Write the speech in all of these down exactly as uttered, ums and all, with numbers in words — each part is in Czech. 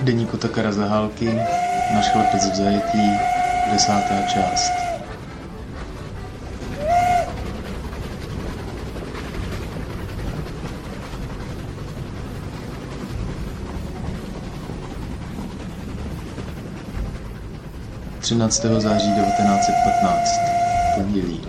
Deník Otakara Zahálky, Náš chlapec v zajetí, desátá část. třináctého září devatenáct set patnáct. Pondělí.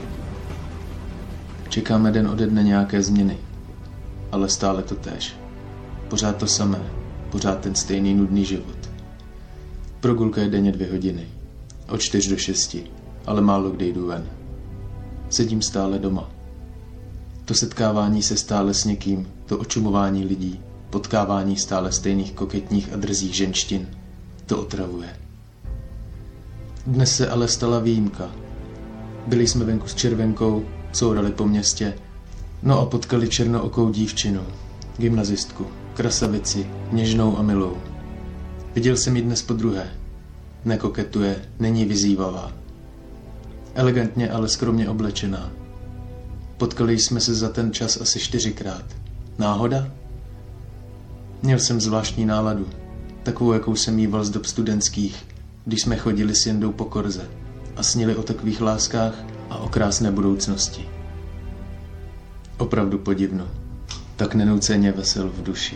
Čekáme den ode dne nějaké změny, ale stále to též. Pořád to samé, pořád ten stejný nudný život. Progrulka je denně dvě hodiny, od čtyř do šesti, ale málo kdy jdu ven. Sedím stále doma. To setkávání se stále s někým, to očumování lidí, potkávání stále stejných koketních a drzých ženštin, to otravuje. Dnes se ale stala výjimka. Byli jsme venku s Červenkou, courali po městě, no a potkali černookou dívčinu, gymnazistku, krasavici, něžnou a milou. Viděl jsem ji dnes podruhé. Nekoketuje, není vyzývavá. Elegantně, ale skromně oblečená. Potkali jsme se za ten čas asi čtyřikrát. Náhoda? Měl jsem zvláštní náladu, takovou, jakou jsem mýval z dob studentských, když jsme chodili s Jendou po Korze a snili o takových láskách a o krásné budoucnosti. Opravdu podivno, tak nenuceně vesel v duši.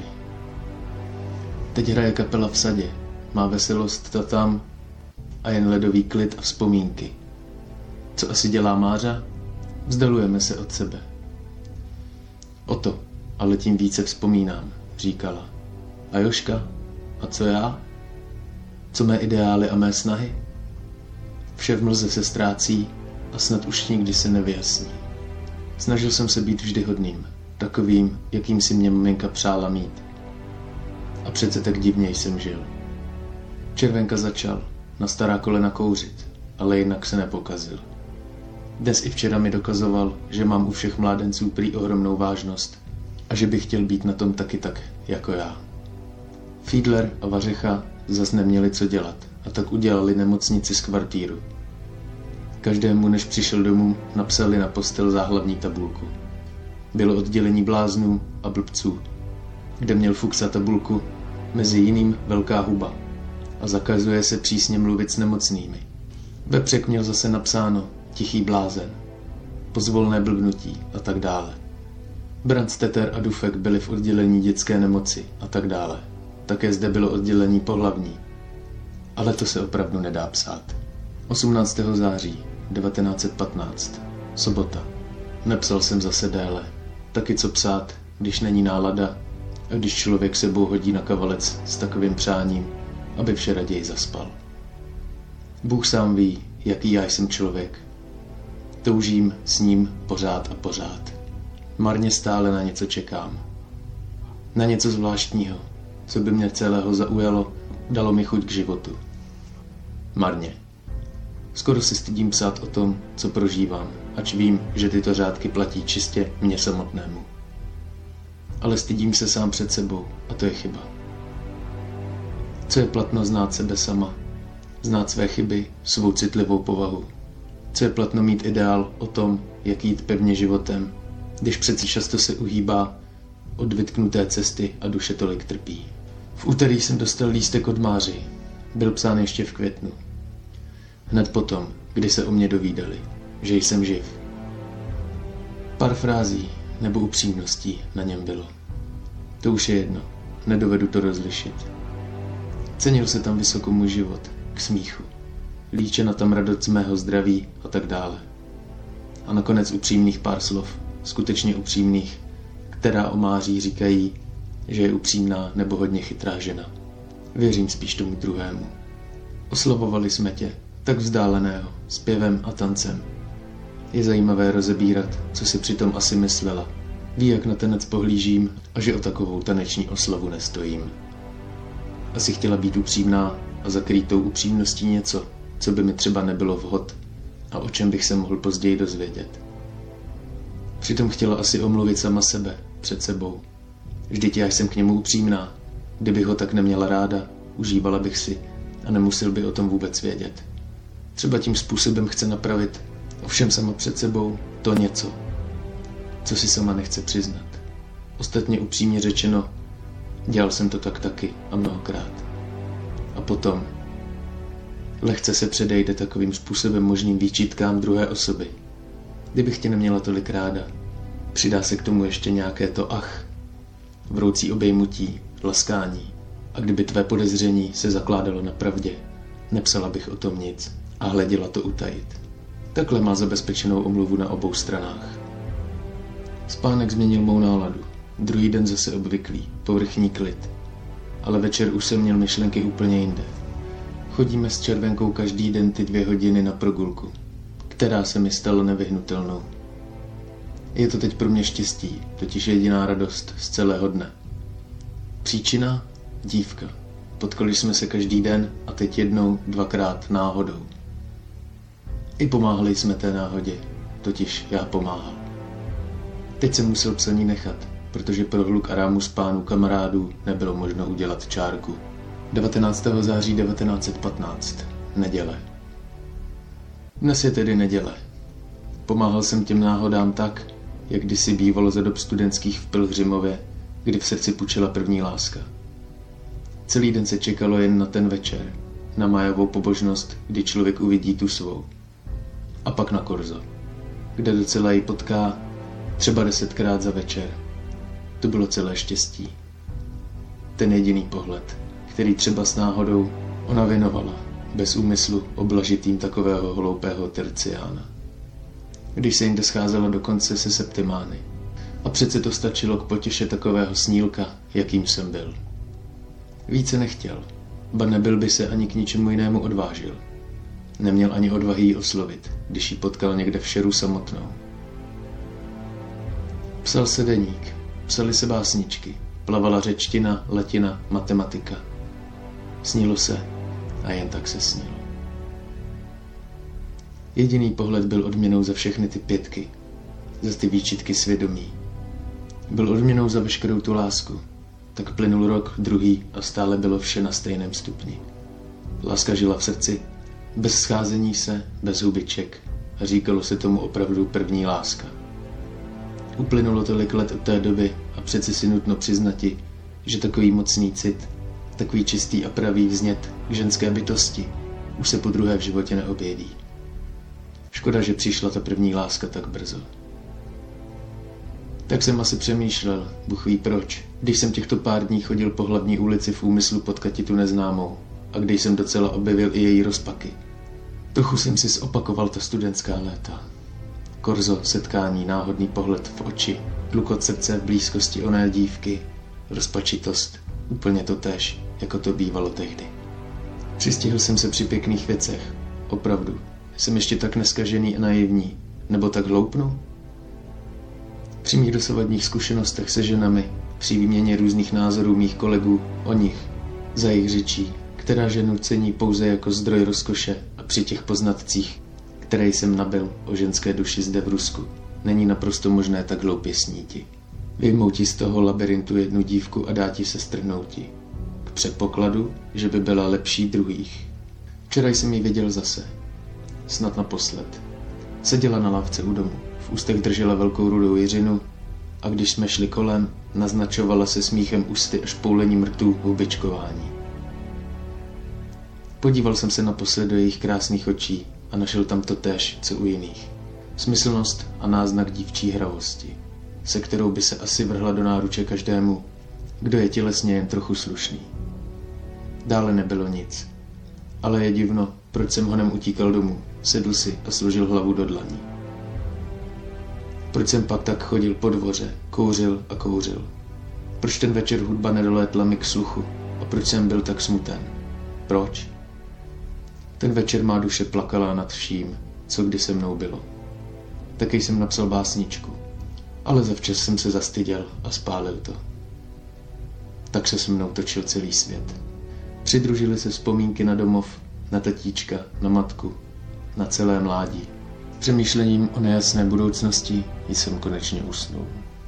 Teď hraje kapela v sadě, má veselost ta tam a jen ledový klid a vzpomínky. Co asi dělá Mářa? Vzdalujeme se od sebe. O to, ale tím více vzpomínám, říkala. A Jožka? A co já? Co mé ideály a mé snahy? Vše v mlze se ztrácí a snad už nikdy se nevyjasní. Snažil jsem se být vždy hodným, takovým, jakým si mě maminka přála mít. A přece tak divně jsem žil. Červenka začal na stará kolena kouřit, ale jinak se nepokazil. Dnes i včera mi dokazoval, že mám u všech mládenců prý ohromnou vážnost a že bych chtěl být na tom taky tak, jako já. Fiedler a Vařecha zas neměli co dělat a tak udělali nemocnici z kvartíru. Každému, než přišel domů, napsali na postel záhlavní tabulku. Bylo oddělení bláznů a blbců, kde měl Fuchsa tabulku, mezi jiným velká huba a zakazuje se přísně mluvit s nemocnými. Vepřek měl zase napsáno tichý blázen, pozvolné blbnutí a tak dále. Brandstetter a Dufek byli v oddělení dětské nemoci a tak dále. Také zde bylo oddělení pohlavní. Ale to se opravdu nedá psát. osmnáctého září devatenáct set patnáct. Sobota. Nepsal jsem zase déle. Taky co psát, když není nálada a když člověk sebou hodí na kavalec s takovým přáním, aby vše raději zaspal. Bůh sám ví, jaký já jsem člověk. Toužím s ním pořád a pořád. Marně stále na něco čekám. Na něco zvláštního, co by mě celého zaujalo, dalo mi chuť k životu. Marně. Skoro si stydím psát o tom, co prožívám, ač vím, že tyto řádky platí čistě mně samotnému. Ale stydím se sám před sebou a to je chyba. Co je platno znát sebe sama, znát své chyby, svou citlivou povahu. Co je platno mít ideál o tom, jak jít pevně životem, když přeci často se uhýbá od vytknuté cesty a duše tolik trpí. V úterý jsem dostal lístek od Máři. Byl psán ještě v květnu. Hned potom, kdy se o mě dovídali, že jsem živ. Pár frází nebo upřímností na něm bylo. To už je jedno, nedovedu to rozlišit. Cenil se tam vysoko můj život, k smíchu. Líčena tam radost z mého zdraví a tak dále. A nakonec upřímných pár slov, skutečně upřímných, která o Máří říkají, že je upřímná nebo hodně chytrá žena. Věřím spíš tomu druhému. Oslovovali jsme tě, tak vzdáleného, zpěvem a tancem. Je zajímavé rozebírat, co si přitom asi myslela. Ví, jak na tanec pohlížím a že o takovou taneční oslavu nestojím. Asi chtěla být upřímná a zakrýt tou upřímností něco, co by mi třeba nebylo vhod a o čem bych se mohl později dozvědět. Přitom chtěla asi omluvit sama sebe, před sebou. Vždyť já jsem k němu upřímná. Kdybych ho tak neměla ráda, užívala bych si a nemusel by o tom vůbec vědět. Třeba tím způsobem chce napravit, ovšem sama před sebou, to něco, co si sama nechce přiznat. Ostatně upřímně řečeno, dělal jsem to tak taky a mnohokrát. A potom lehce se předejde takovým způsobem možným výčitkám druhé osoby. Kdybych tě neměla tolik ráda, přidá se k tomu ještě nějaké to ach, vroucí obejmutí, laskání. A kdyby tvé podezření se zakládalo na pravdě, nepsala bych o tom nic a hleděla to utajit. Takhle má zabezpečenou omluvu na obou stranách. Spánek změnil mou náladu. Druhý den zase obvyklý, povrchní klid. Ale večer už jsem měl myšlenky úplně jinde. Chodíme s Červenkou každý den ty dvě hodiny na progrulku, která se mi stala nevyhnutelnou. Je to teď pro mě štěstí, totiž jediná radost z celého dne. Příčina? Dívka. Potkali jsme se každý den a teď jednou, dvakrát náhodou. I pomáhali jsme té náhodě, totiž já pomáhal. Teď jsem musel psaní nechat, protože pro hluk a rámu spánu kamarádů nebylo možno udělat čárku. devatenáctého září devatenáct set patnáct. Neděle. Dnes je tedy neděle. Pomáhal jsem těm náhodám tak, jak kdysi bývalo za dob studentských v Pilhřimově, kdy v srdci pučela první láska. Celý den se čekalo jen na ten večer, na májovou pobožnost, kdy člověk uvidí tu svou. A pak na korzo, kde docela ji potká třeba desetkrát za večer. To bylo celé štěstí. Ten jediný pohled, který třeba s náhodou ona věnovala, bez úmyslu oblažitým takového hloupého terciána. Když se jinde scházela dokonce se Septimány. A přece to stačilo k potěše takového snílka, jakým jsem byl. Více nechtěl, ba nebyl by se ani k ničemu jinému odvážil. Neměl ani odvahy jí oslovit, když ji potkal někde v šeru samotnou. Psal se deník, psaly se básničky, plavala řečtina, latina, matematika. Snilo se a jen tak se snilo. Jediný pohled byl odměnou za všechny ty pětky, za ty výčitky svědomí. Byl odměnou za veškerou tu lásku. Tak plynul rok, druhý a stále bylo vše na stejném stupni. Láska žila v srdci, bez scházení se, bez hubiček a říkalo se tomu opravdu první láska. Uplynulo tolik let od té doby a přeci si nutno přiznati, že takový mocný cit, takový čistý a pravý vznět k ženské bytosti už se podruhé v životě neobjeví. Škoda, že přišla ta první láska tak brzo. Tak jsem asi přemýšlel, Bůh ví proč, když jsem těchto pár dní chodil po hlavní ulici v úmyslu potkat tu neznámou a když jsem docela objevil i její rozpaky. Trochu jsem si zopakoval ta studentská léta. Korzo, setkání, náhodný pohled v oči, tlukot srdce v blízkosti oné dívky, rozpačitost, úplně totéž, jako to bývalo tehdy. Přistihl jsem se při pěkných věcech, opravdu, jsem ještě tak neskažený a naivní, nebo tak hloupnu? Při mých dosavadních zkušenostech se ženami, při výměně různých názorů mých kolegů o nich, za jejich řečí, která ženu cení pouze jako zdroj rozkoše a při těch poznatcích, které jsem nabyl o ženské duši zde v Rusku, není naprosto možné tak hloupě sníti. Vyjmouti z toho labirintu jednu dívku a dáti se strhnouti. K předpokladu, že by byla lepší druhých. Včera jsem ji viděl zase. Snad naposled. Seděla na lávce u domu. V ústech držela velkou rudou jiřinu a když jsme šli kolem, naznačovala se smíchem ústy a špoulením rtů hubičkování. Podíval jsem se naposled do jejich krásných očí a našel tam totéž, co u jiných. Smyslnost a náznak dívčí hravosti, se kterou by se asi vrhla do náruče každému, kdo je tělesně jen trochu slušný. Dále nebylo nic. Ale je divno, proč jsem honem utíkal domů, sedl si a složil hlavu do dlaní. Proč jsem pak tak chodil po dvoře, kouřil a kouřil? Proč ten večer hudba nedolétla mi k sluchu a proč jsem byl tak smuten? Proč? Ten večer má duše plakala nad vším, co kdy se mnou bylo. Taky jsem napsal básničku, ale zavčas jsem se zastyděl a spálil to. Tak se se mnou točil celý svět. Přidružily se vzpomínky na domov, na tatíčka, na matku, na celé mládí. Přemýšlením o nejasné budoucnosti jsem konečně usnul.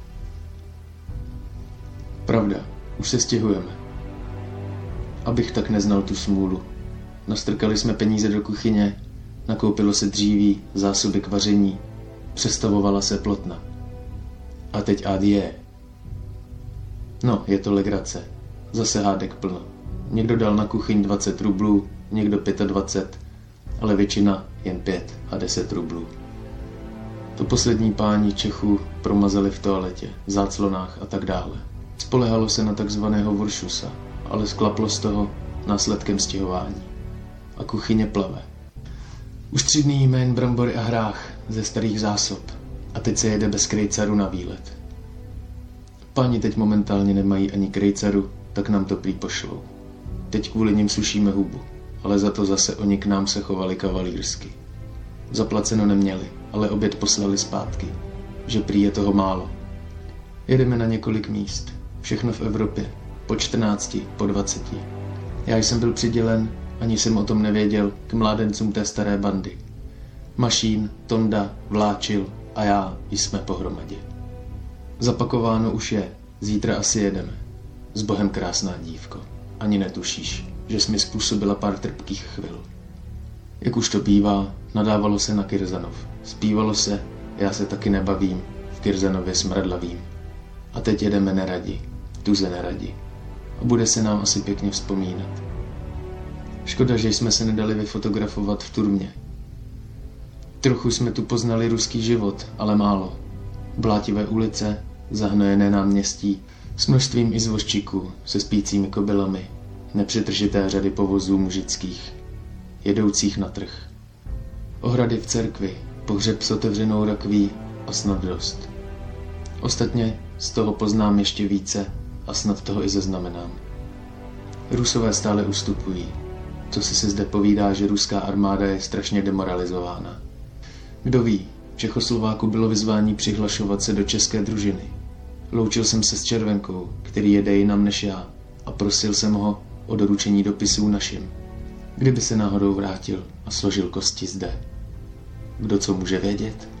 Pravda, už se stěhujeme. Abych tak neznal tu smůlu. Nastrkali jsme peníze do kuchyně, nakoupilo se dříví, zásoby k vaření, přestavovala se plotna. A teď adie. No, je to legrace. Zase hádek plno. Někdo dal na kuchyň dvacet rublů, někdo dvacet pět, ale většina jen pět a deset rublů. To poslední páni Čechů promazali v toaletě, v záclonách a tak dále. Spolehalo se na takzvaného voršusa, ale sklaplo z toho následkem stěhování. A kuchyně plave. Už tři dny jíme jen brambory a hrách ze starých zásob a teď se jede bez krejcaru na výlet. Páni teď momentálně nemají ani krejcaru, tak nám to prý pošlou. Teď kvůli nim sušíme hubu, ale za to zase oni k nám se chovali kavalírsky. Zaplaceno neměli, ale oběd poslali zpátky, že prý je toho málo. Jedeme na několik míst, všechno v Evropě, po čtrnácti, po dvaceti. Já jsem byl přidělen, ani jsem o tom nevěděl, k mládencům té staré bandy. Mašín, Tonda, Vláčil a já jsme pohromadě. Zapakováno už je, zítra asi jedeme. S Bohem, krásná dívko, ani netušíš, že jsi mi způsobila pár trpkých chvil. Jak už to bývá, nadávalo se na Kirzanov. Zpívalo se, já se taky nebavím, v Kirzanově smradlavým. A teď jedeme neradi, tuze neradi. A bude se nám asi pěkně vzpomínat. Škoda, že jsme se nedali vyfotografovat v Turmě. Trochu jsme tu poznali ruský život, ale málo. Blátivé ulice, zahnojené náměstí, s množstvím izvoščíků se spícími kobylami, nepřetržité řady povozů mužických, jedoucích na trh. Ohrady v cerkvi, pohřeb s otevřenou rakví a snad dost. Ostatně z toho poznám ještě více a snad toho i zaznamenám. Rusové stále ustupují. Co si se zde povídá, že ruská armáda je strašně demoralizována. Kdo ví, v Čechoslováku bylo vyzvání přihlašovat se do české družiny. Loučil jsem se s Červenkou, který jede jinam než já, a prosil jsem ho o doručení dopisů našim. Kdyby se náhodou vrátil a složil kosti zde. Kdo co může vědět?